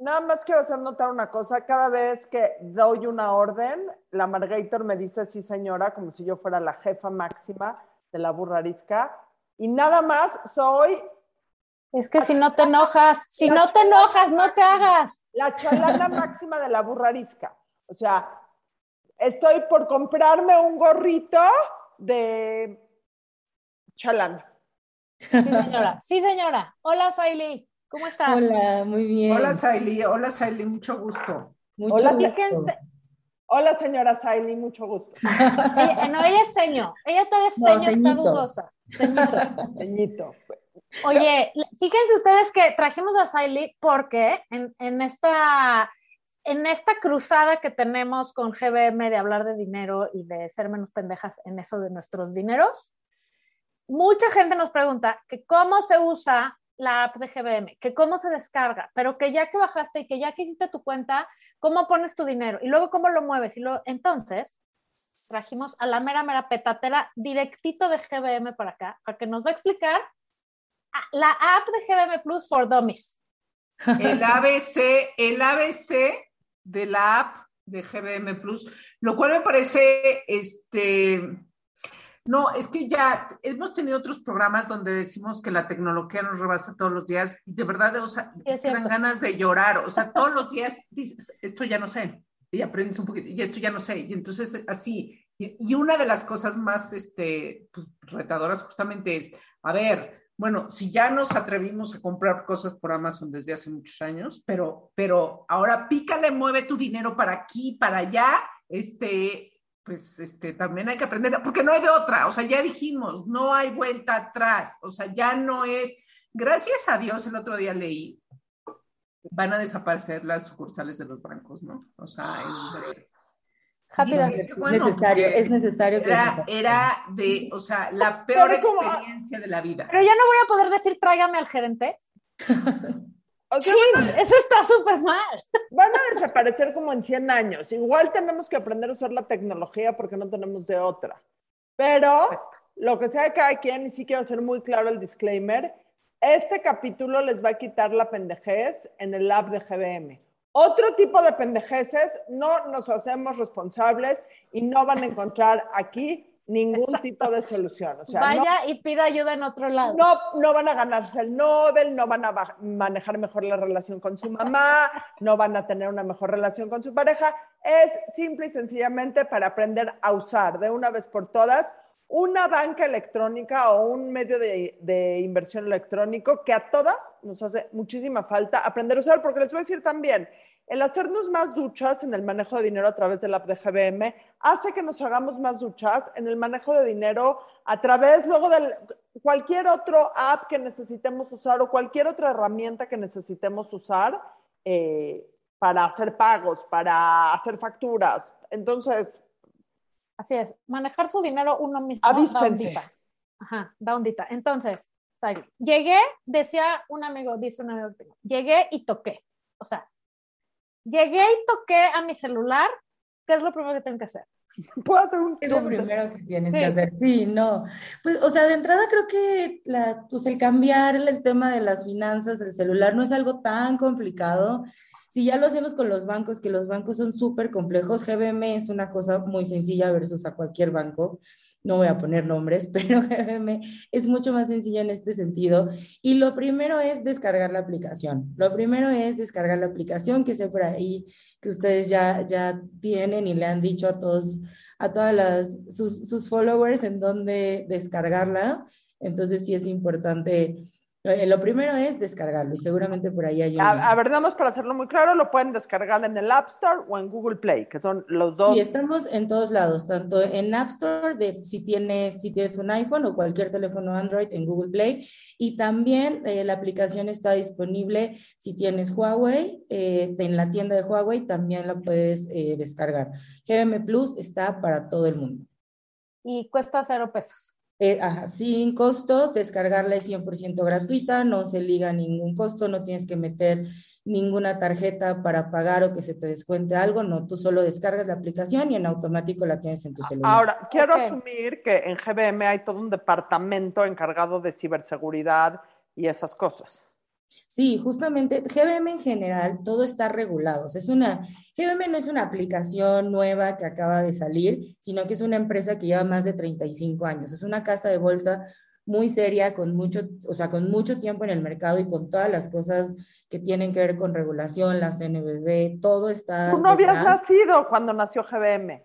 Nada más quiero hacer notar una cosa. Cada vez que doy una orden, la Margator me dice sí, señora, como si yo fuera la jefa máxima de la burra arisca. Y nada más soy Es que la chalana, si la no te chalana enojas, no te máxima. hagas. La chalana máxima de la burra arisca. O sea, estoy por comprarme un gorrito de chalán. Sí, señora. Sí, señora. Hola, Saily. ¿Cómo estás? Hola, muy Hola, bien. Saily. Hola, Saily. Mucho gusto. Mucho Hola, gusto. Fíjense, hola señora Saily, mucho gusto. no, ella es seño. Ella todavía es No, seño, está ceñito. dudosa. Ceñito. Peñito. Oye, fíjense ustedes que trajimos a Saily porque en esta cruzada que tenemos con GBM de hablar de dinero y de ser menos pendejas en eso de nuestros dineros, mucha gente nos pregunta que cómo se usa la app de GBM, que cómo se descarga, pero que ya que bajaste y que ya que hiciste tu cuenta, ¿cómo pones tu dinero? Y luego, ¿cómo lo mueves? Entonces, trajimos a la mera petatera directito de GBM para acá, para que nos va a explicar la app de GBM Plus for Dummies. El ABC de la app de GBM Plus, lo cual me parece, no, es que ya hemos tenido otros programas donde decimos que la tecnología nos rebasa todos los días y de verdad, o sea, Sí, es es que dan cierto. ganas de llorar, o sea, todos los días dices, esto ya no sé, y aprendes un poquito, y esto ya no sé, y entonces así, y una de las cosas más, pues, retadoras justamente es, a ver, bueno, si ya nos atrevimos a comprar cosas por Amazon desde hace muchos años, pero ahora pícale, mueve tu dinero para aquí, para allá, pues también hay que aprender, porque no hay de otra, o sea, ya dijimos, no hay vuelta atrás, o sea, ya no es, gracias a Dios, el otro día leí, van a desaparecer las sucursales de los bancos, ¿no? O sea, y Happy dije, qué bueno, Es porque necesario que desaparezcan. o sea, la peor Pero como, experiencia de la vida. Pero ya no voy a poder decir tráigame al gerente. o sea, Chin, eso está súper mal. van a desaparecer como en 100 años. Igual tenemos que aprender a usar la tecnología porque no tenemos de otra. Pero lo que sea de cada quien, y sí quiero hacer muy claro el disclaimer, este capítulo les va a quitar la pendejez en el app de GBM. Otro tipo de pendejeces no nos hacemos responsables y no van a encontrar aquí ningún tipo Exacto. de solución. O sea, no, Vaya y pida ayuda en otro lado. no van a ganarse el Nobel, no van a manejar mejor la relación con su mamá, no van a tener una mejor relación con su pareja. Es simple y sencillamente para aprender a usar de una vez por todas una banca electrónica o un medio de inversión electrónico que a todas nos hace muchísima falta aprender a usar, porque les voy a decir también, el hacernos más duchas en el manejo de dinero a través de la app de GBM hace que nos hagamos más duchas en el manejo de dinero a través luego de cualquier otro app que necesitemos usar o cualquier otra herramienta que necesitemos usar para hacer pagos, para hacer facturas. Entonces, Así es, manejar su dinero uno mismo da avíspense. ondita. Ajá, da ondita. Entonces, llegué, decía un amigo, dice un amigo, llegué y toqué. O sea, llegué y toqué a mi celular, ¿qué es lo primero que tengo que hacer? Puedo hacer un Es lo club de... primero que tienes que Sí, hacer. Sí, no. Pues, o sea, de entrada creo que pues el cambiar el tema de las finanzas del celular no es algo tan complicado. Si ya lo hacemos con los bancos, que los bancos son súper complejos, GBM es una cosa muy sencilla versus a cualquier banco. No voy a poner nombres, pero GBM es mucho más sencilla en este sentido. Y lo primero es descargar la aplicación. Lo primero es descargar la aplicación, que sé por ahí que ustedes ya tienen y le han dicho a todas sus followers en dónde descargarla. Entonces sí es importante. Lo primero es descargarlo y seguramente por ahí hay un link. A ver, nada más para hacerlo muy claro, lo pueden descargar en el App Store o en Google Play, que son los Sí, dos. estamos en todos lados, tanto en App Store, si tienes un iPhone o cualquier teléfono Android en Google Play, y también la aplicación está disponible si tienes Huawei, en la tienda de Huawei también la puedes descargar. GM Plus está para todo el mundo. y cuesta 0 pesos. Sin costos, descargarla es 100% gratuita, no se liga a ningún costo, no tienes que meter ninguna tarjeta para pagar o que se te descuente algo, no, tú solo descargas la aplicación y en automático la tienes en tu celular. Ahora, quiero Ok, asumir que en GBM hay todo un departamento encargado de ciberseguridad y esas cosas. Sí, justamente GBM en general, todo está regulado. O sea, GBM no es una aplicación nueva que acaba de salir, sino que es una empresa que lleva más de 35 años. Es una casa de bolsa muy seria, o sea, con mucho tiempo en el mercado y con todas las cosas que tienen que ver con regulación, la CNBV, todo Tú está no habías detrás. nacido cuando nació GBM.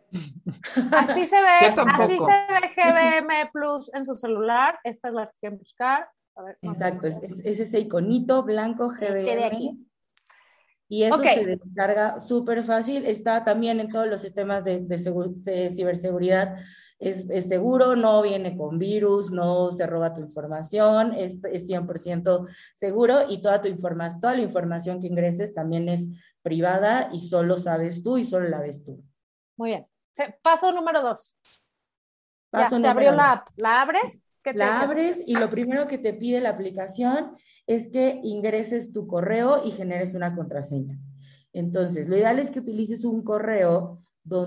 Yo Así se tampoco. ve GBM Plus en su celular. Esta es la que quieren buscar. A ver, no Exacto, sé. es ese iconito blanco Este de aquí. GBM. Y Ok, eso se descarga súper fácil. Está también en todos los sistemas de ciberseguridad. Es seguro, no viene con virus, no se roba tu información, es 100% seguro y toda la información que ingreses también es privada y solo sabes tú y solo la ves tú. muy bien. Paso número 2. Ya, Paso se abrió número la 2. app. ¿La abres? ¿Qué te La dice? abres y lo primero que te pide la aplicación es que ingreses tu correo y generes una contraseña. Entonces, lo ideal es que utilices un correo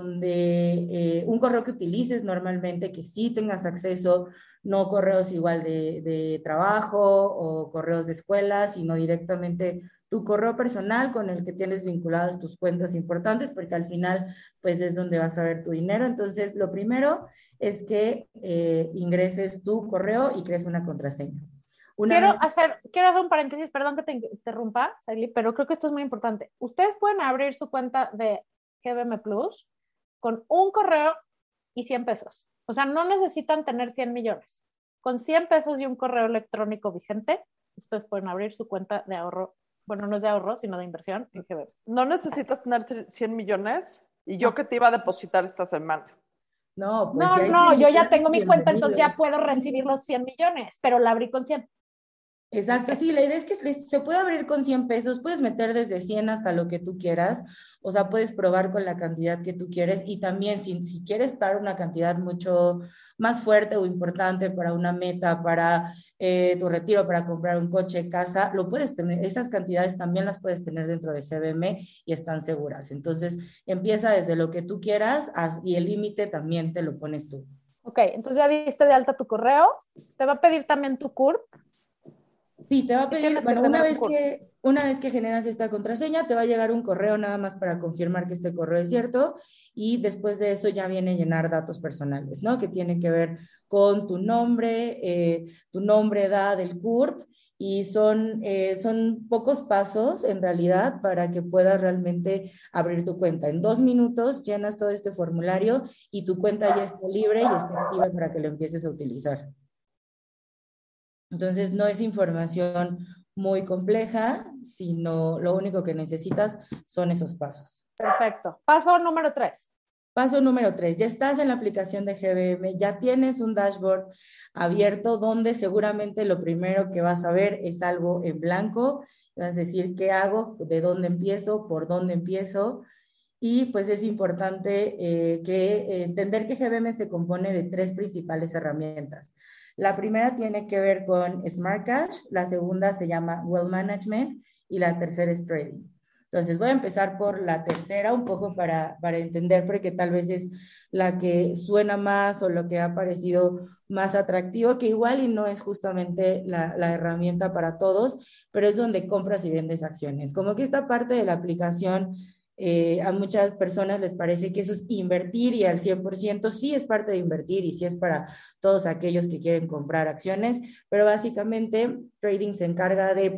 un correo que utilices normalmente, que sí tengas acceso, no correos igual de trabajo o correos de escuela, sino directamente tu correo personal con el que tienes vinculadas tus cuentas importantes, porque al final, pues es donde vas a ver tu dinero. Entonces, lo primero es que ingreses tu correo y crees una contraseña. Una vez... Quiero hacer un paréntesis, perdón que te interrumpa, Saily, pero creo que esto es muy importante. Ustedes pueden abrir su cuenta de GBM Plus con un correo y 100 pesos. O sea, no necesitan tener 100 millones. Con 100 pesos y un correo electrónico vigente, ustedes pueden abrir su cuenta de ahorro. Bueno, no es de ahorro, sino de inversión en GBM. No necesitas tener 100 millones y yo No. que te iba a depositar esta semana. No, pues si No, hay no, 100 yo ya millones, tengo mi cuenta, entonces bienvenido. ya puedo recibir los 100 millones, pero la abrí con 100. Exacto, sí, la idea es que se puede abrir con 100 pesos, puedes meter desde 100 hasta lo que tú quieras, o sea, puedes probar con la cantidad que tú quieres y también si quieres dar una cantidad mucho más fuerte o importante para una meta, para tu retiro, para comprar un coche, casa, lo puedes tener, esas cantidades también las puedes tener dentro de GBM y están seguras. Entonces, empieza desde lo que tú quieras y el límite también te lo pones tú. Ok, entonces ya diste de alta tu correo, te va a pedir también tu CURP. Sí, te va a Sí pedir, tienes que bueno, tener un CURP. una vez que generas esta contraseña, te va a llegar un correo nada más para confirmar que este correo es cierto y después de eso ya viene a llenar datos personales, ¿no? Que tienen que ver con tu nombre, edad, el CURP y son pocos pasos en realidad para que puedas realmente abrir tu cuenta. En 2 minutos llenas todo este formulario y tu cuenta ya está libre y está activa para que lo empieces a utilizar. Entonces, no es información muy compleja, sino lo único que necesitas son esos pasos. Perfecto. Paso número 3. Paso número 3, ya estás en la aplicación de GBM, ya tienes un dashboard abierto donde seguramente lo primero que vas a ver es algo en blanco, vas a decir qué hago, de dónde empiezo, por dónde empiezo, y pues es importante entender que GBM se compone de 3 principales herramientas. La primera tiene que ver con Smart Cash, la segunda se llama Wealth Management y la tercera es Trading. Entonces voy a empezar por la tercera un poco para entender porque tal vez es la que suena más o lo que ha parecido más atractivo, que igual y no es justamente la herramienta para todos, pero es donde compras y vendes acciones. Como que esta parte de la aplicación a muchas personas les parece que eso es invertir y al 100% sí es parte de invertir y sí es para todos aquellos que quieren comprar acciones, pero básicamente trading se encarga de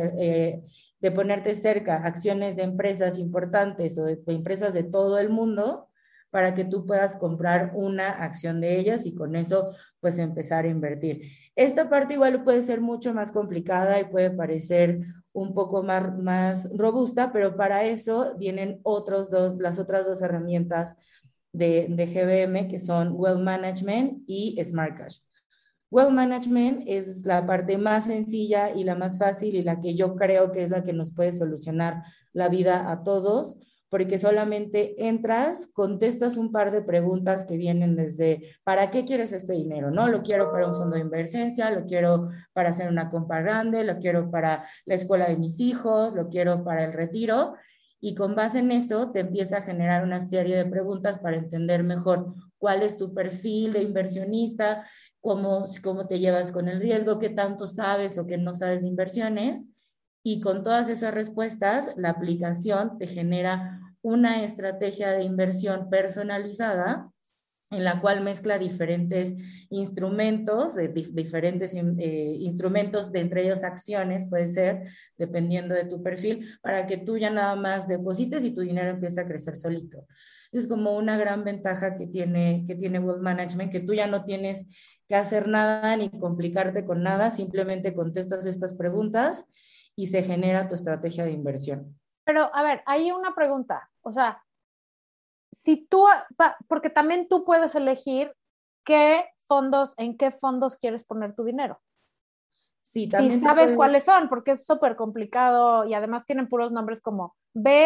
ponerte cerca acciones de empresas importantes o de empresas de todo el mundo para que tú puedas comprar una acción de ellas y con eso pues empezar a invertir. Esta parte igual puede ser mucho más complicada y puede parecer un poco más robusta, pero para eso vienen las otras dos herramientas de GBM que son Wealth Management y Smart Cash. Wealth Management es la parte más sencilla y la más fácil y la que yo creo que es la que nos puede solucionar la vida a todos, porque solamente entras, contestas un par de preguntas que vienen desde ¿para qué quieres este dinero? ¿No? Lo quiero para un fondo de emergencia, lo quiero para hacer una compra grande, lo quiero para la escuela de mis hijos, lo quiero para el retiro. Y con base en eso te empieza a generar una serie de preguntas para entender mejor cuál es tu perfil de inversionista, cómo te llevas con el riesgo, qué tanto sabes o qué no sabes de inversiones. y con todas esas respuestas, la aplicación te genera una estrategia de inversión personalizada en la cual mezcla diferentes instrumentos, diferentes instrumentos, de entre ellos acciones, puede ser, dependiendo de tu perfil, para que tú ya nada más deposites y tu dinero empiece a crecer solito. Es como una gran ventaja que tiene Wealth Management, que tú ya no tienes que hacer nada ni complicarte con nada, simplemente contestas estas preguntas y se genera tu estrategia de inversión. Pero, a ver, hay una pregunta. O sea, si tú, porque también tú puedes elegir en qué fondos quieres poner tu dinero. Sí, Si también sabes cuáles son, porque es súper complicado y además tienen puros nombres como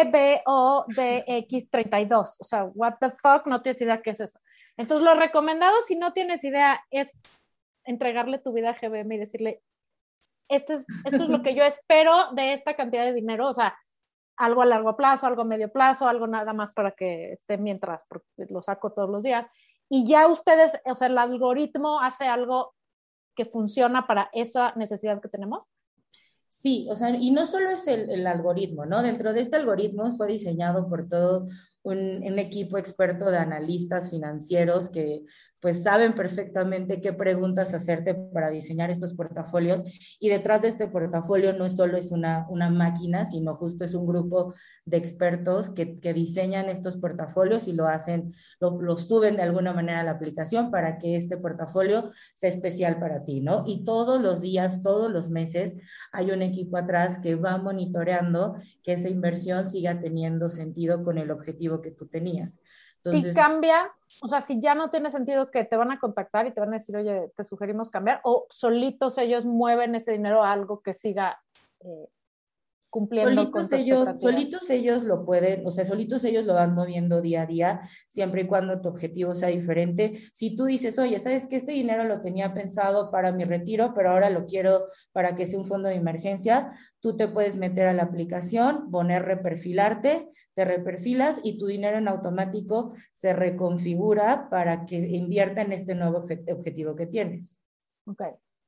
BBODX32. O sea, what the fuck, no tienes idea qué es eso. Entonces, lo recomendado, si no tienes idea, es entregarle tu vida a GBM y decirle, esto es lo que yo espero de esta cantidad de dinero. O sea, algo a largo plazo, algo a medio plazo, algo nada más para que esté mientras, porque lo saco todos los días. Y ya ustedes, o sea, el algoritmo hace algo que funciona para esa necesidad que tenemos. Sí, o sea, y no solo es el algoritmo, ¿no? Dentro de este algoritmo fue diseñado por todo un equipo experto de analistas financieros que pues saben perfectamente qué preguntas hacerte para diseñar estos portafolios, y detrás de este portafolio no solo es una máquina, sino justo es un grupo de expertos que diseñan estos portafolios y lo hacen, lo suben de alguna manera a la aplicación para que este portafolio sea especial para ti, ¿no? Y todos los días, todos los meses, hay un equipo atrás que va monitoreando que esa inversión siga teniendo sentido con el objetivo que tú tenías. Si Entonces, cambia, o sea, si ya no tiene sentido, que te van a contactar y te van a decir, oye, te sugerimos cambiar, o solitos ellos mueven ese dinero a algo que siga cumpliendo con tu expectativa. solitos ellos lo pueden, o sea, solitos ellos lo van moviendo día a día, siempre y cuando tu objetivo sea diferente. Si tú dices, oye, ¿sabes qué? Este dinero lo tenía pensado para mi retiro, pero ahora lo quiero para que sea un fondo de emergencia, tú te puedes meter a la aplicación, poner reperfilarte, te reperfilas y tu dinero en automático se reconfigura para que invierta en este nuevo objetivo que tienes. Ok.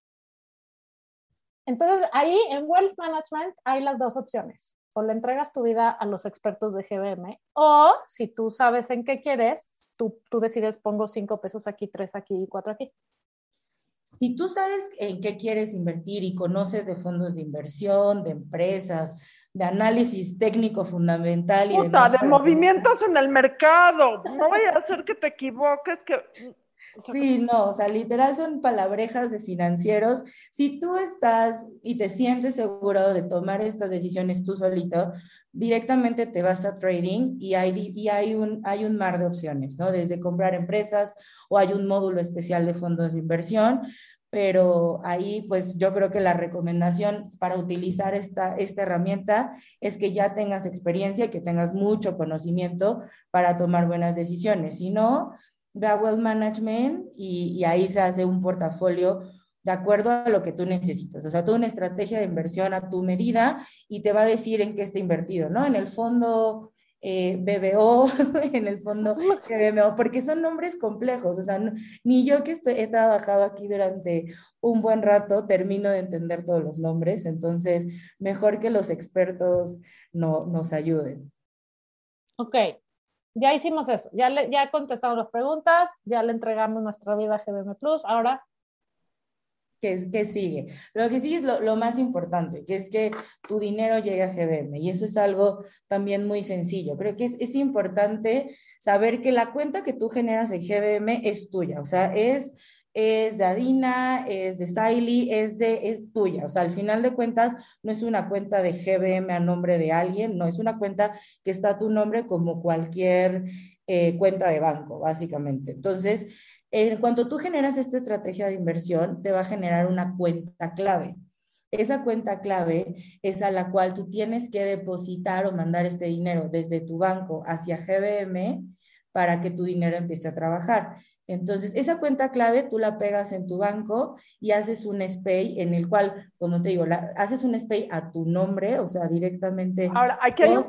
Entonces, ahí en Wealth Management hay las dos opciones. O le entregas tu vida a los expertos de GBM, o si tú sabes en qué quieres, tú decides, pongo 5 pesos aquí, 3 aquí y 4 aquí. Si tú sabes en qué quieres invertir y conoces de fondos de inversión, de empresas, de análisis técnico fundamental y Puta, demás. de movimientos en el mercado. No vaya a ser que te equivoques, que... Sí, no, o sea, literal son palabrejas de financieros. Si tú estás y te sientes seguro de tomar estas decisiones tú solito, directamente te vas a trading y hay un mar de opciones, ¿no? Desde comprar empresas o hay un módulo especial de fondos de inversión, pero ahí pues yo creo que la recomendación para utilizar esta herramienta es que ya tengas experiencia, que tengas mucho conocimiento para tomar buenas decisiones. Si no, ve a Wealth Management y ahí se hace un portafolio de acuerdo a lo que tú necesitas. O sea, toda una estrategia de inversión a tu medida y te va a decir en qué está invertido, ¿no? En el fondo BBO, en el fondo GBMO, porque son nombres complejos. O sea, ni yo que he trabajado aquí durante un buen rato termino de entender todos los nombres. Entonces, mejor que los expertos nos ayuden. Ok, ya hicimos eso, ya contestamos las preguntas, ya le entregamos nuestra vida a GBM Plus, ahora... ¿Qué sigue? Lo que sigue es lo más importante, que es que tu dinero llegue a GBM, y eso es algo también muy sencillo. Creo que es importante saber que la cuenta que tú generas en GBM es tuya, o sea, es de Adina, es de Saily, es tuya. O sea, al final de cuentas, no es una cuenta de GBM a nombre de alguien, no, es una cuenta que está a tu nombre como cualquier cuenta de banco, básicamente. Entonces, en cuanto tú generas esta estrategia de inversión, te va a generar una cuenta clave. Esa cuenta clave es a la cual tú tienes que depositar o mandar este dinero desde tu banco hacia GBM para que tu dinero empiece a trabajar. Entonces, esa cuenta clave tú la pegas en tu banco y haces un SPAY en el cual, como te digo, haces un SPAY a tu nombre, o sea, directamente. Ahora, aquí hay un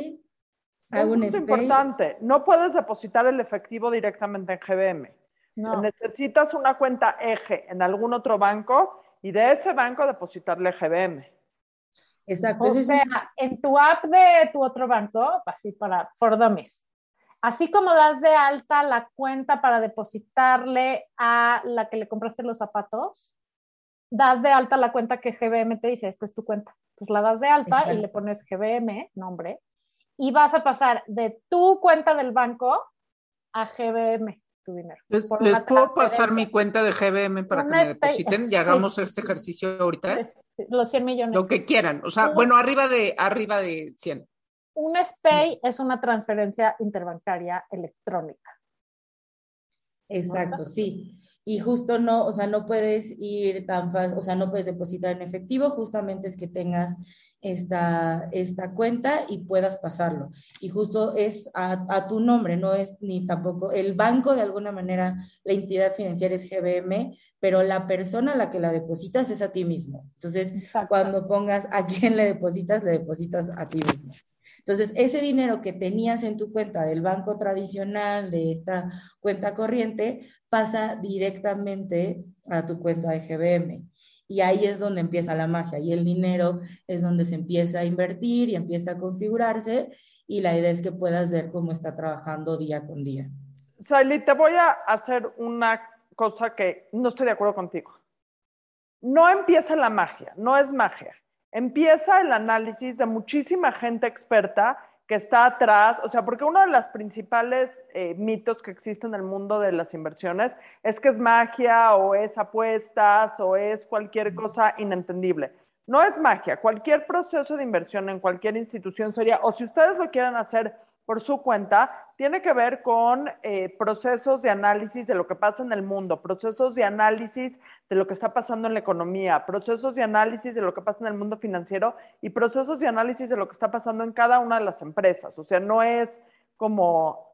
un punto SPAY. importante. No puedes depositar el efectivo directamente en GBM. No. O sea, necesitas una cuenta eje en algún otro banco y de ese banco depositarle GBM. Exacto. O sea, en tu app de tu otro banco, así for dummies, así como das de alta la cuenta para depositarle a la que le compraste los zapatos, das de alta la cuenta que GBM te dice, esta es tu cuenta. Entonces la das de alta Exacto. y le pones GBM, nombre, y vas a pasar de tu cuenta del banco a GBM, tu dinero. ¿Les puedo pasar mi cuenta de GBM para que me depositen y hagamos este ejercicio ahorita? Los 100 millones. Lo que quieran. O sea, bueno, arriba de 100. Un SPAY es una transferencia interbancaria electrónica. Exacto, ¿no? sí. Y justo no, o sea, no puedes ir tan fácil, o sea, no puedes depositar en efectivo, justamente es que tengas esta cuenta y puedas pasarlo. Y justo es a tu nombre, no es ni tampoco, el banco de alguna manera, la entidad financiera es GBM, pero la persona a la que la depositas es a ti mismo. Entonces, Exacto. cuando pongas a quién le depositas a ti mismo. Entonces, ese dinero que tenías en tu cuenta del banco tradicional, de esta cuenta corriente, pasa directamente a tu cuenta de GBM. Y ahí es donde empieza la magia. Y el dinero es donde se empieza a invertir y empieza a configurarse. Y la idea es que puedas ver cómo está trabajando día con día. Saily, te voy a hacer una cosa que no estoy de acuerdo contigo. No empieza la magia, no es magia. Empieza el análisis de muchísima gente experta que está atrás, o sea, porque uno de los principales mitos que existen en el mundo de las inversiones es que es magia o es apuestas o es cualquier cosa inentendible. No es magia, cualquier proceso de inversión en cualquier institución sería, o si ustedes lo quieren hacer por su cuenta, tiene que ver con procesos de análisis de lo que pasa en el mundo, procesos de análisis de lo que está pasando en la economía, procesos de análisis de lo que pasa en el mundo financiero y procesos de análisis de lo que está pasando en cada una de las empresas. O sea, no es como...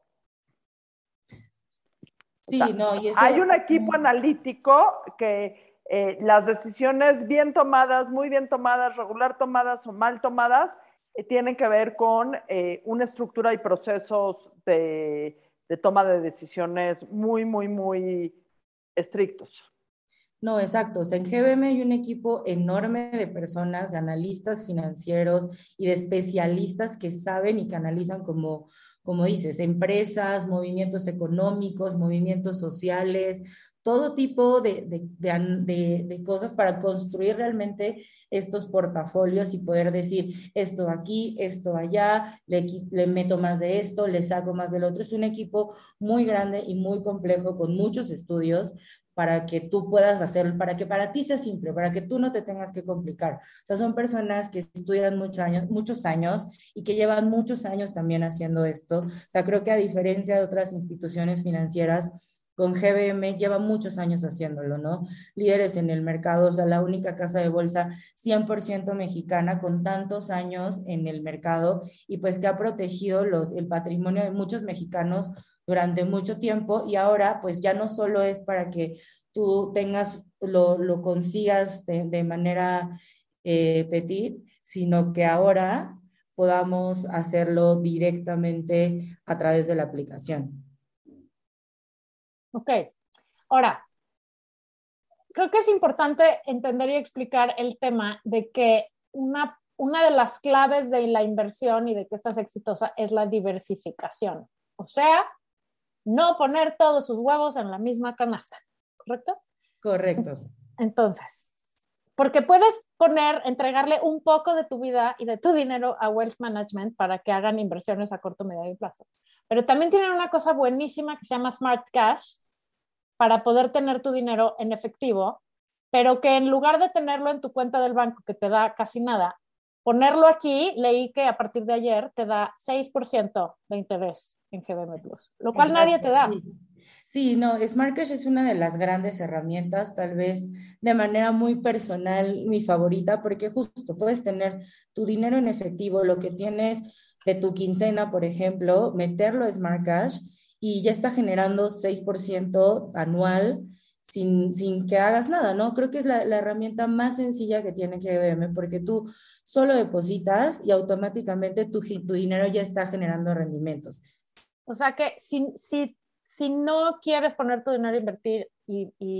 Sí, o sea, no, y eso... Hay un equipo analítico que las decisiones bien tomadas, muy bien tomadas, regular tomadas o mal tomadas, tienen que ver con una estructura y procesos de toma de decisiones muy, muy, muy estrictos. No, exacto. O sea, en GBM hay un equipo enorme de personas, de analistas financieros y de especialistas que saben y que analizan, como dices, empresas, movimientos económicos, movimientos sociales, todo tipo de cosas para construir realmente estos portafolios y poder decir esto aquí, esto allá, le meto más de esto, le saco más del otro. Es un equipo muy grande y muy complejo con muchos estudios para que tú puedas hacerlo, para que para ti sea simple, para que tú no te tengas que complicar. O sea, son personas que estudian muchos años y que llevan muchos años también haciendo esto. O sea, creo que a diferencia de otras instituciones financieras, con GBM lleva muchos años haciéndolo, ¿no? Líderes en el mercado, o sea, la única casa de bolsa 100% mexicana con tantos años en el mercado y pues que ha protegido el patrimonio de muchos mexicanos durante mucho tiempo y ahora pues ya no solo es para que tú lo consigas de manera petit, sino que ahora podamos hacerlo directamente a través de la aplicación. Ok, ahora, creo que es importante entender y explicar el tema de que una de las claves de la inversión y de que estás exitosa es la diversificación. O sea, no poner todos sus huevos en la misma canasta, ¿correcto? Correcto. Entonces, porque puedes entregarle un poco de tu vida y de tu dinero a Wealth Management para que hagan inversiones a corto, medio y plazo. Pero también tienen una cosa buenísima que se llama Smart Cash para poder tener tu dinero en efectivo, pero que en lugar de tenerlo en tu cuenta del banco que te da casi nada, ponerlo aquí, leí que a partir de ayer te da 6% de interés en GBM Plus, lo cual Exacto, nadie te da. sí. Sí, no, Smart Cash es una de las grandes herramientas, tal vez de manera muy personal, mi favorita, porque justo puedes tener tu dinero en efectivo, lo que tienes de tu quincena, por ejemplo, meterlo a Smart Cash y ya está generando 6% anual sin que hagas nada, ¿no? Creo que es la herramienta más sencilla que tiene GBM, porque tú solo depositas y automáticamente tu dinero ya está generando rendimientos. O sea que si no quieres poner tu dinero a invertir y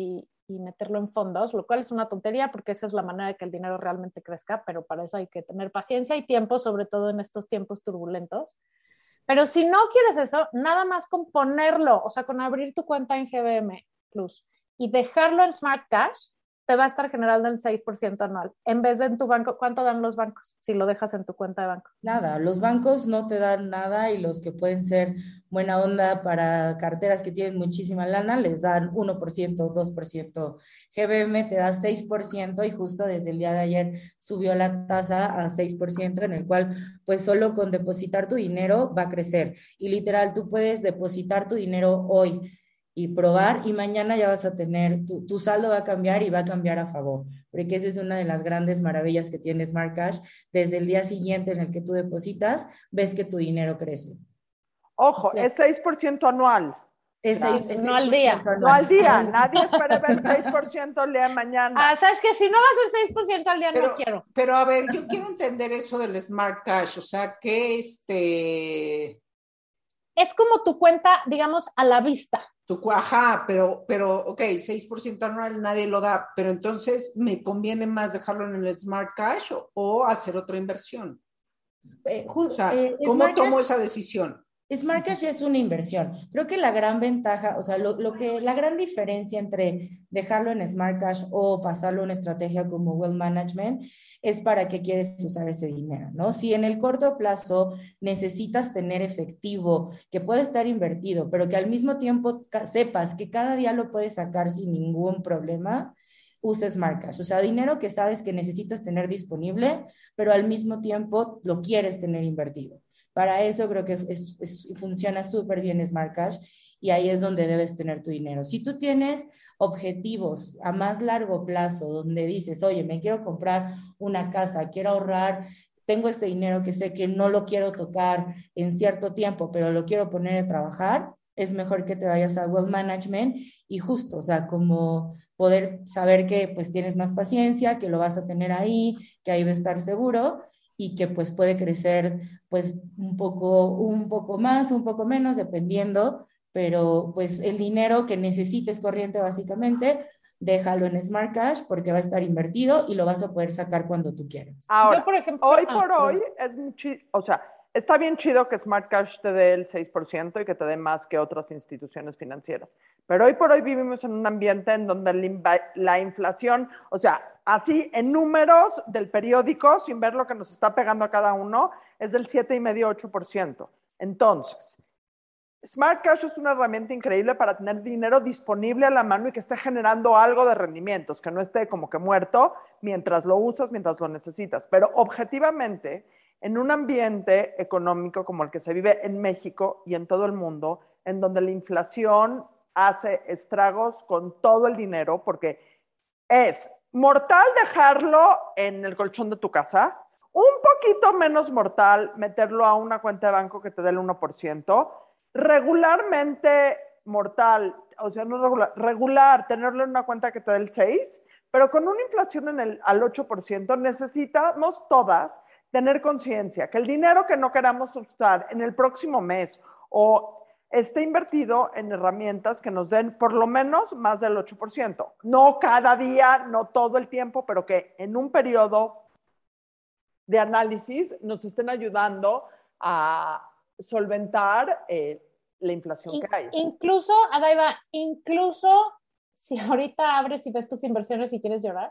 y meterlo en fondos, lo cual es una tontería porque esa es la manera de que el dinero realmente crezca, pero para eso hay que tener paciencia y tiempo, sobre todo en estos tiempos turbulentos. Pero si no quieres eso, nada más con ponerlo, o sea, con abrir tu cuenta en GBM Plus y dejarlo en Smart Cash, te va a estar generando el 6% anual. En vez de en tu banco, ¿cuánto dan los bancos si lo dejas en tu cuenta de banco? Nada, los bancos no te dan nada y los que pueden ser buena onda para carteras que tienen muchísima lana les dan 1%, 2%. GBM te da 6% y justo desde el día de ayer subió la tasa a 6% en el cual pues solo con depositar tu dinero va a crecer. Y literal, tú puedes depositar tu dinero hoy y probar y mañana ya vas a tener, tu saldo va a cambiar y va a cambiar a favor, porque esa es una de las grandes maravillas que tiene Smart Cash. Desde el día siguiente en el que tú depositas, ves que tu dinero crece. Ojo, es 6% anual. Es no al día. anual. No al día. Nadie espera ver 6% el día de mañana. ¿Sabes que si no va a ser 6% al día, no quiero? Pero a ver, yo quiero entender eso del Smart Cash, o sea, que es como tu cuenta, digamos, a la vista. Ajá, pero, ok, 6% anual nadie lo da, pero entonces me conviene más dejarlo en el Smart Cash o hacer otra inversión. O sea, ¿cómo tomo esa decisión? Smart Cash es una inversión. Creo que la gran ventaja, o sea, la gran diferencia entre dejarlo en Smart Cash o pasarlo a una estrategia como Wealth Management es para qué quieres usar ese dinero, ¿no? Si en el corto plazo necesitas tener efectivo que puede estar invertido, pero que al mismo tiempo sepas que cada día lo puedes sacar sin ningún problema, usa Smart Cash. O sea, dinero que sabes que necesitas tener disponible, pero al mismo tiempo lo quieres tener invertido. Para eso creo que funciona súper bien Smart Cash y ahí es donde debes tener tu dinero. Si tú tienes objetivos a más largo plazo donde dices, oye, me quiero comprar una casa, quiero ahorrar, tengo este dinero que sé que no lo quiero tocar en cierto tiempo, pero lo quiero poner a trabajar, es mejor que te vayas a Wealth Management y justo, o sea, como poder saber que pues tienes más paciencia, que lo vas a tener ahí, que ahí va a estar seguro y que pues puede crecer pues un poco más, un poco menos, dependiendo, pero pues el dinero que necesites corriente básicamente, déjalo en Smart Cash porque va a estar invertido y lo vas a poder sacar cuando tú quieras. Ahora, yo, por ejemplo, hoy por hoy es o sea, está bien chido que Smart Cash te dé el 6% y que te dé más que otras instituciones financieras, pero hoy por hoy vivimos en un ambiente en donde la inflación, o sea, así en números del periódico, sin ver lo que nos está pegando a cada uno, es del 7,5-8%. Entonces, Smart Cash es una herramienta increíble para tener dinero disponible a la mano y que esté generando algo de rendimientos, que no esté como que muerto mientras lo usas, mientras lo necesitas. Pero objetivamente, en un ambiente económico como el que se vive en México y en todo el mundo, en donde la inflación hace estragos con todo el dinero, porque es mortal dejarlo en el colchón de tu casa, un poquito menos mortal meterlo a una cuenta de banco que te dé el 1%, regularmente mortal, o sea, no regular, tenerlo en una cuenta que te dé el 6%, pero con una inflación al 8%, necesitamos todas tener conciencia que el dinero que no queramos usar en el próximo mes o esté invertido en herramientas que nos den por lo menos más del 8%. No cada día, no todo el tiempo, pero que en un periodo de análisis nos estén ayudando a solventar la inflación que hay. Incluso, Adaiva, si ahorita abres y ves tus inversiones y quieres llorar.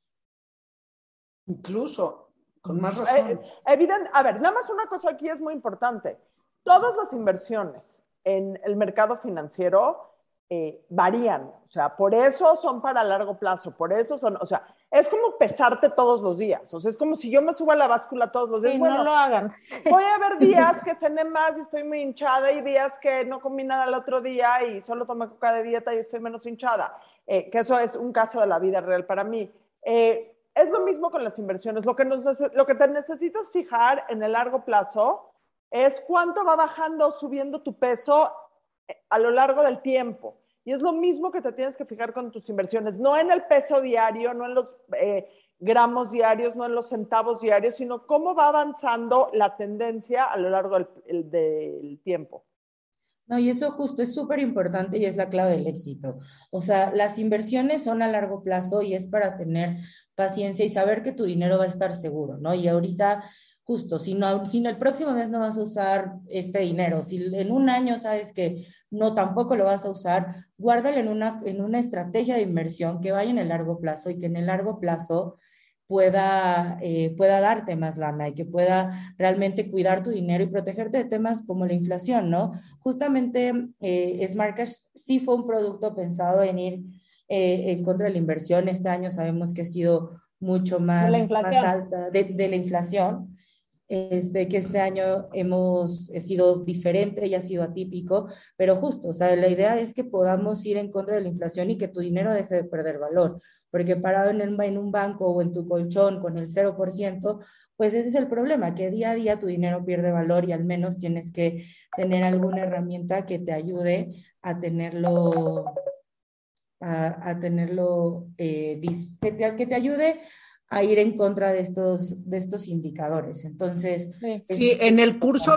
Incluso, con más razón. A ver, nada más una cosa aquí es muy importante. Todas las inversiones en el mercado financiero varían, o sea, por eso son para largo plazo, por eso son, o sea, es como pesarte todos los días, o sea, es como si yo me subo a la báscula todos los días. Sí, bueno, no lo hagan. Sí. Voy a haber días que cené más y estoy muy hinchada y días que no comí nada el otro día y solo tomé coca de dieta y estoy menos hinchada, que eso es un caso de la vida real para mí. Es lo mismo con las inversiones, lo que te necesitas fijar en el largo plazo es cuánto va bajando o subiendo tu peso a lo largo del tiempo. Y es lo mismo que te tienes que fijar con tus inversiones, no en el peso diario, no en los gramos diarios, no en los centavos diarios, sino cómo va avanzando la tendencia a lo largo del tiempo. No, y eso justo es súper importante y es la clave del éxito. O sea, las inversiones son a largo plazo y es para tener paciencia y saber que tu dinero va a estar seguro, ¿no? Y ahorita, justo, si no el próximo mes no vas a usar este dinero, si en un año sabes que no tampoco lo vas a usar, guárdalo en una estrategia de inversión que vaya en el largo plazo y que en el largo plazo pueda darte más lana y que pueda realmente cuidar tu dinero y protegerte de temas como la inflación, ¿no? Justamente Smart Cash sí fue un producto pensado en ir en contra de la inversión. Este año sabemos que ha sido mucho De la más inflación. alta de la inflación. Que este año hemos sido diferente y ha sido atípico, pero justo, o sea, la idea es que podamos ir en contra de la inflación y que tu dinero deje de perder valor, porque parado en un banco o en tu colchón con el 0%, pues ese es el problema, que día a día tu dinero pierde valor y al menos tienes que tener alguna herramienta que te ayude a tenerlo, que te ayude a ir en contra de estos indicadores. Entonces, Sí. Sí, en el curso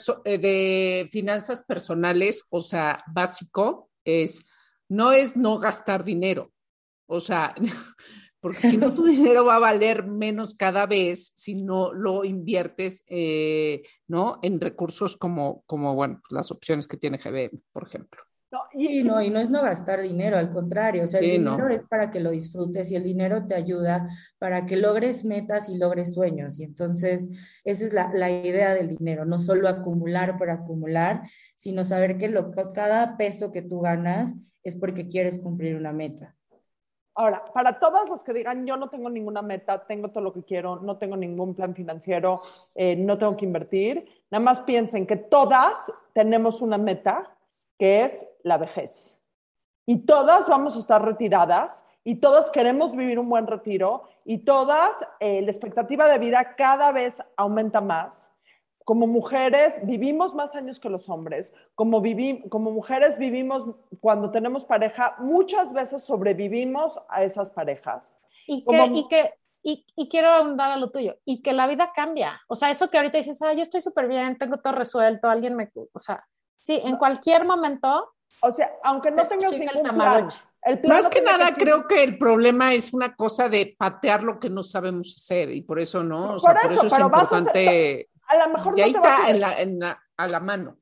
de finanzas personales, o sea, básico, no es no gastar dinero. O sea, porque si no, tu dinero va a valer menos cada vez si no lo inviertes, ¿no? En recursos como bueno, las opciones que tiene GBM, por ejemplo. No, sí, no, y no es no gastar dinero, al contrario, o sea, el Sí, dinero no. es para que lo disfrutes y el dinero te ayuda para que logres metas y logres sueños. Y entonces, esa es la idea del dinero, no solo acumular por acumular, sino saber que cada peso que tú ganas es porque quieres cumplir una meta. Ahora, para todas las que digan, yo no tengo ninguna meta, tengo todo lo que quiero, no tengo ningún plan financiero, no tengo que invertir, nada más piensen que todas tenemos una meta que es la vejez. Y todas vamos a estar retiradas y todas queremos vivir un buen retiro y todas, la expectativa de vida cada vez aumenta más. Como mujeres vivimos más años que los hombres, como mujeres vivimos, cuando tenemos pareja, muchas veces sobrevivimos a esas parejas. Y Como, quiero ahondar a lo tuyo, y que la vida cambia. O sea, eso que ahorita dices, yo estoy súper bien, tengo todo resuelto, o sea, sí, en cualquier momento o sea, aunque no tengas llega el ningún plan, Tamagotchi. el plan Más no que tiene que nada, ser. creo que el problema es una cosa de patear lo que no sabemos hacer y por eso no, o Por sea, por eso, eso es pero vas a hacer, importante a lo y mejor ahí no te vas a está ir. a la mano.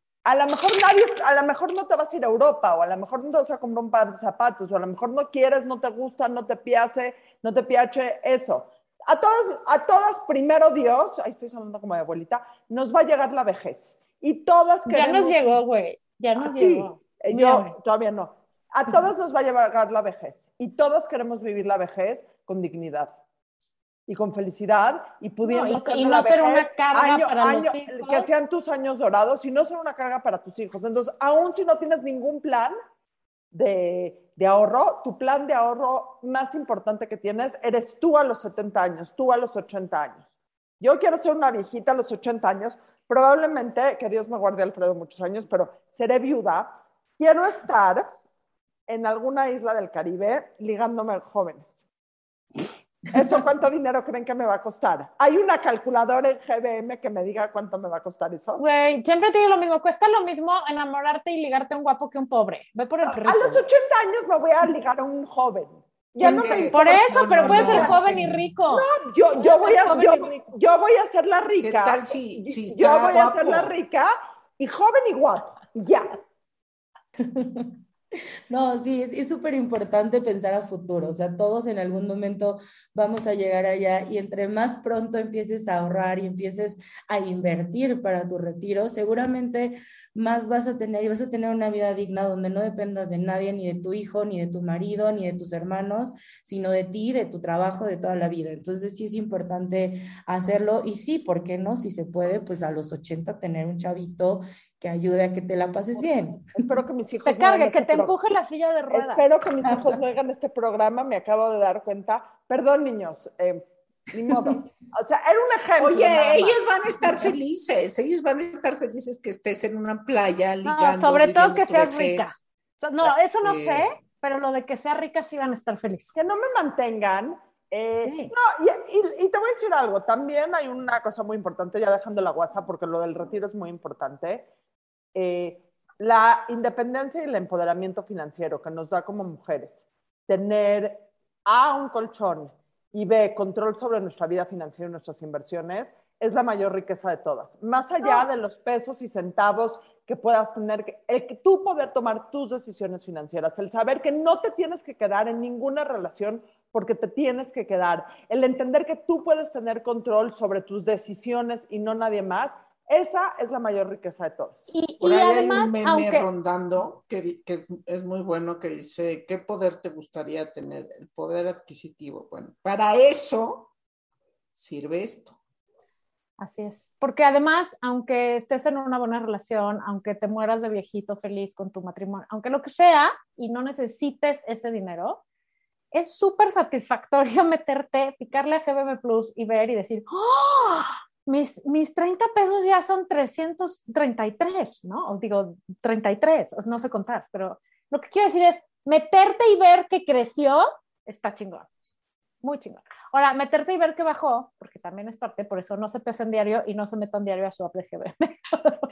A lo mejor no te vas a ir a Europa, o a lo mejor no te vas a comprar un par de zapatos, o a lo mejor no quieres, no te gusta, no te piace eso. A todas, primero Dios, ahí estoy hablando como de abuelita, nos va a llegar la vejez. Y todas Ya nos queremos, llegó, güey, ya nos a ti, llegó. yo Mírame. todavía no, a todas nos va a llegar la vejez. Y todas queremos vivir la vejez con dignidad y con felicidad y No, pudiendo hacer y de la no ser vejez una carga año, para año, los que hijos. sean tus años dorados y no ser una carga para tus hijos. Entonces, aún si no tienes ningún plan de ahorro, tu plan de ahorro más importante que tienes eres tú a los 70 años, tú a los 80 años. Yo quiero ser una viejita a los 80 años, probablemente, que Dios me guarde Alfredo muchos años, pero seré viuda. Quiero estar en alguna isla del Caribe ligándome jóvenes. ¿Eso cuánto dinero creen que me va a costar? ¿Hay una calculadora en GBM que me diga cuánto me va a costar eso? Güey, siempre te digo lo mismo, cuesta lo mismo enamorarte y ligarte a un guapo que un pobre. Ve por el A rico. los 80 años me voy a ligar a un joven. Ya no me Oye, Por importa. eso, no, pero no, puede ser no. joven y rico. Yo voy Puede ser a, joven y rico. yo voy a ser la ¿Qué rica. tal si Yo está voy a ser la guapo? rica y joven y guapo. Y ya. No, sí, es súper importante pensar a futuro, o sea, todos en algún momento vamos a llegar allá y entre más pronto empieces a ahorrar y empieces a invertir para tu retiro, seguramente más vas a tener y vas a tener una vida digna donde no dependas de nadie, ni de tu hijo, ni de tu marido, ni de tus hermanos, sino de ti, de tu trabajo, de toda la vida. Entonces sí es importante hacerlo y sí, ¿por qué no? Si se puede, pues a los 80 tener un chavito que ayude a que te la pases bien. Espero que mis Te hijos no oigan cargue, que este te programa. empuje la silla de ruedas. Espero que mis hijos no oigan este programa. Me acabo de dar cuenta. Perdón, niños. Ni modo. O sea, era un ejemplo nada Oye, más. ellos van a estar felices, ellos van a estar felices que estés en una playa No, ligando, sobre todo viviendo que tu seas rica. vejez. O sea, no, eso no sé, Eh, pero lo de que sea rica sí van a estar felices. Que no me mantengan. Sí. No, y te voy a decir algo. También hay una cosa muy importante, ya dejando la guasa, porque lo del retiro es muy importante. Eh, la independencia y el empoderamiento financiero que nos da como mujeres, tener A, un colchón, y B, control sobre nuestra vida financiera y nuestras inversiones, es la mayor riqueza de todas. Más allá de los pesos y centavos que puedas tener, el que tú poder tomar tus decisiones financieras, el saber que no te tienes que quedar en ninguna relación porque te tienes que quedar, el entender que tú puedes tener control sobre tus decisiones y no nadie más, esa es la mayor riqueza de todas. Por Y ahí hay además, un meme aunque rondando que es muy bueno, que dice, ¿qué poder te gustaría tener? El poder adquisitivo. Bueno, para eso sirve esto. así es, porque además, aunque estés en una buena relación, aunque te mueras de viejito feliz con tu matrimonio, aunque lo que sea y no necesites ese dinero, es súper satisfactorio meterte, picarle a GBM Plus y ver y decir, ¡oh! Mis 30 pesos ya son 333, ¿no? O digo, 33, no sé contar, pero lo que quiero decir es, meterte y ver que creció, está chingón, muy chingón. Ahora, meterte y ver que bajó, porque también es parte, por eso no se pesa en diario y no se metan diario a su app de GBM.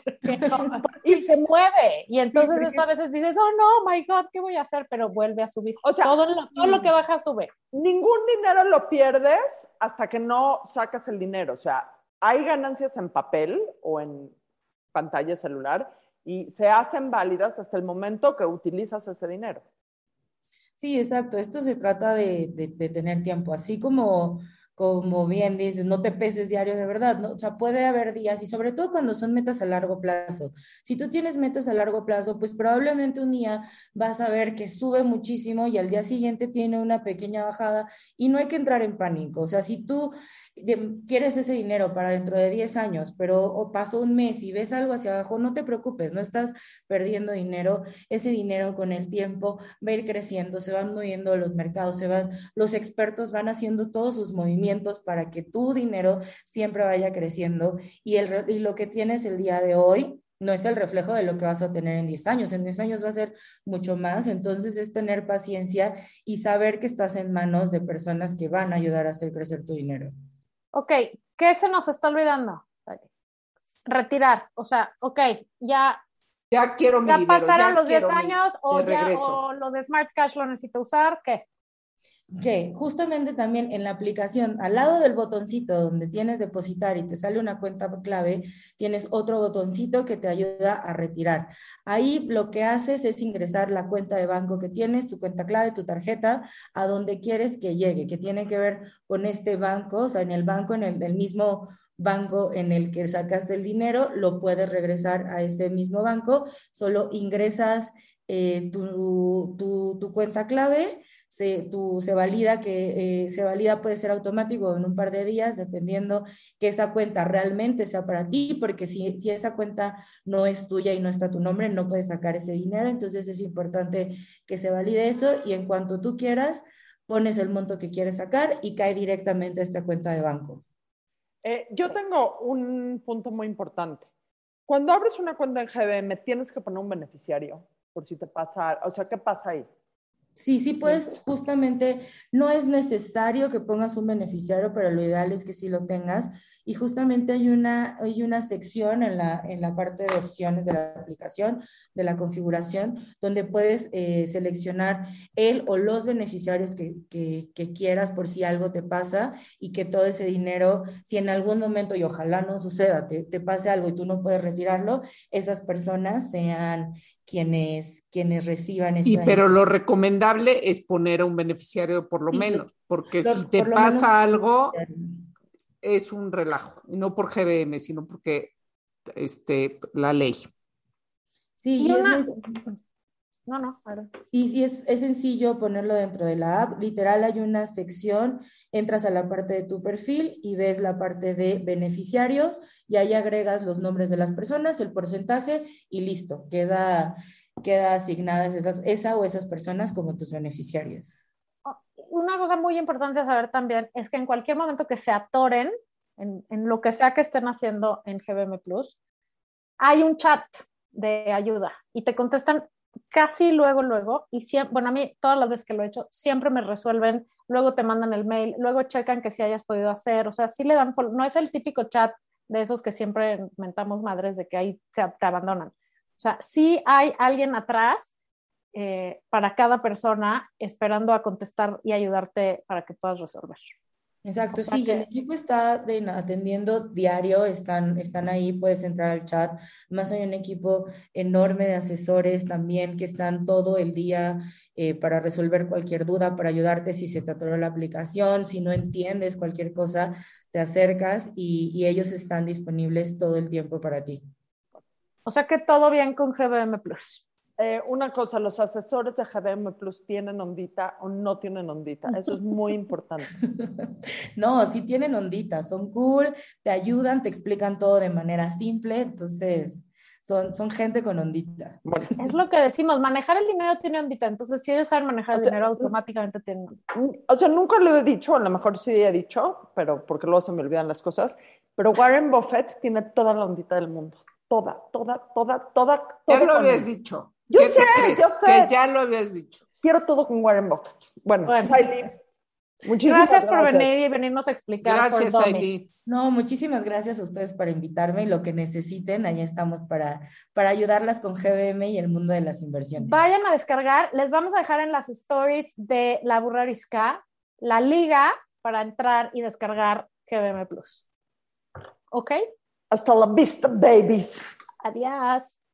Y se mueve. Y entonces eso a veces dices, oh no, my God, ¿qué voy a hacer? Pero vuelve a subir. O sea, todo lo que baja sube. Ningún dinero lo pierdes hasta que no sacas el dinero. O sea, hay ganancias en papel o en pantalla celular y se hacen válidas hasta el momento que utilizas ese dinero. Sí, exacto. Esto se trata de tener tiempo, así como bien dices, no te peses diario de verdad, ¿no? O sea, puede haber días y sobre todo cuando son metas a largo plazo. Si tú tienes metas a largo plazo, pues probablemente un día vas a ver que sube muchísimo y al día siguiente tiene una pequeña bajada y no hay que entrar en pánico. O sea, si tú quieres ese dinero para dentro de 10 años, pero pasó un mes y ves algo hacia abajo, no te preocupes, no estás perdiendo dinero. Ese dinero con el tiempo va a ir creciendo, se van moviendo los mercados, los expertos van haciendo todos sus movimientos para que tu dinero siempre vaya creciendo y lo que tienes el día de hoy no es el reflejo de lo que vas a tener en 10 años. En 10 años va a ser mucho más. Entonces es tener paciencia y saber que estás en manos de personas que van a ayudar a hacer crecer tu dinero. Ok, ¿qué se nos está olvidando? Retirar. O sea, ok, ya quiero mi ya dinero, pasaron ya los 10 quiero años o lo de Smart Cash lo necesito usar, ¿qué? Que justamente también en la aplicación, al lado del botoncito donde tienes depositar y te sale una cuenta clave, tienes otro botoncito que te ayuda a retirar. Ahí lo que haces es ingresar la cuenta de banco que tienes, tu cuenta clave, tu tarjeta, a donde quieres que llegue, que tiene que ver con este banco, o sea, en el banco, en el mismo banco en el que sacaste el dinero, lo puedes regresar a ese mismo banco, solo ingresas tu cuenta clave. Se valida se valida, puede ser automático en un par de días, dependiendo que esa cuenta realmente sea para ti, porque si esa cuenta no es tuya y no está tu nombre, no puedes sacar ese dinero. Entonces es importante que se valide eso y en cuanto tú quieras, pones el monto que quieres sacar y cae directamente a esta cuenta de banco. Yo tengo un punto muy importante. Cuando abres una cuenta en GBM, tienes que poner un beneficiario, por si te pasa, o sea, ¿qué pasa ahí? Sí, puedes, justamente, no es necesario que pongas un beneficiario, pero lo ideal es que sí lo tengas. Y justamente hay una sección en la parte de opciones de la aplicación, de la configuración, donde puedes seleccionar el o los beneficiarios que quieras por si algo te pasa y que todo ese dinero, si en algún momento, y ojalá no suceda, te pase algo y tú no puedes retirarlo, esas personas sean quienes reciban esta Pero lo inversión. recomendable es poner a un beneficiario por lo Sí, menos, porque si te por lo menos pasa algo, es un relajo, y no por GBM, sino porque la ley. Sí, Y y es una, muy, no, a ver. sí, es sencillo ponerlo dentro de la app. Literal, hay una sección, entras a la parte de tu perfil y ves la parte de beneficiarios y ahí agregas los nombres de las personas, el porcentaje y listo, queda asignadas esa o esas personas como tus beneficiarios. Una cosa muy importante a saber también es que en cualquier momento que se atoren en lo que sea que estén haciendo en GBM Plus, hay un chat de ayuda y te contestan casi luego, y siempre, bueno, a mí todas las veces que lo he hecho, siempre me resuelven, luego te mandan el mail, luego checan que sí hayas podido hacer, o sea, sí le dan, no es el típico chat de esos que siempre mentamos madres de que ahí te abandonan. O sea, sí hay alguien atrás para cada persona esperando a contestar y ayudarte para que puedas resolver. Exacto, O sea sí, y el que equipo está atendiendo diario, están ahí, puedes entrar al chat. Más hay un equipo enorme de asesores también que están todo el día para resolver cualquier duda, para ayudarte si se te atoró la aplicación, si no entiendes cualquier cosa, te acercas y ellos están disponibles todo el tiempo para ti. O sea que todo bien con GBM Plus. Una cosa, los asesores de GBM Plus tienen ondita o no tienen ondita. Eso es muy importante. No, sí tienen onditas, son cool, te ayudan, te explican todo de manera simple, entonces son gente con ondita. Bueno, Es lo que decimos, manejar el dinero tiene ondita. Entonces, si ellos saben manejar o el sea, dinero, automáticamente tienen ondita. o sea, nunca lo he dicho, a lo mejor sí he dicho, pero porque luego se me olvidan las cosas, pero Warren Buffett tiene toda la ondita del mundo. Toda, toda, toda, toda, Ya todo lo con habías él. dicho. Yo ¿Qué sé, te crees? yo Que sé. ya lo habías dicho. Quiero todo con Warren Buffett. Bueno, Bueno, Saili, muchísimas gracias por gracias. venir y venirnos a explicar for Gracias, Aileen. Dummies. No, muchísimas gracias a ustedes por invitarme y lo que necesiten, allá estamos para ayudarlas con GBM y el mundo de las inversiones. Vayan a descargar, les vamos a dejar en las stories de La Burra Arisca la liga para entrar y descargar GBM Plus. ¿Ok? Hasta la vista, babies. Adiós.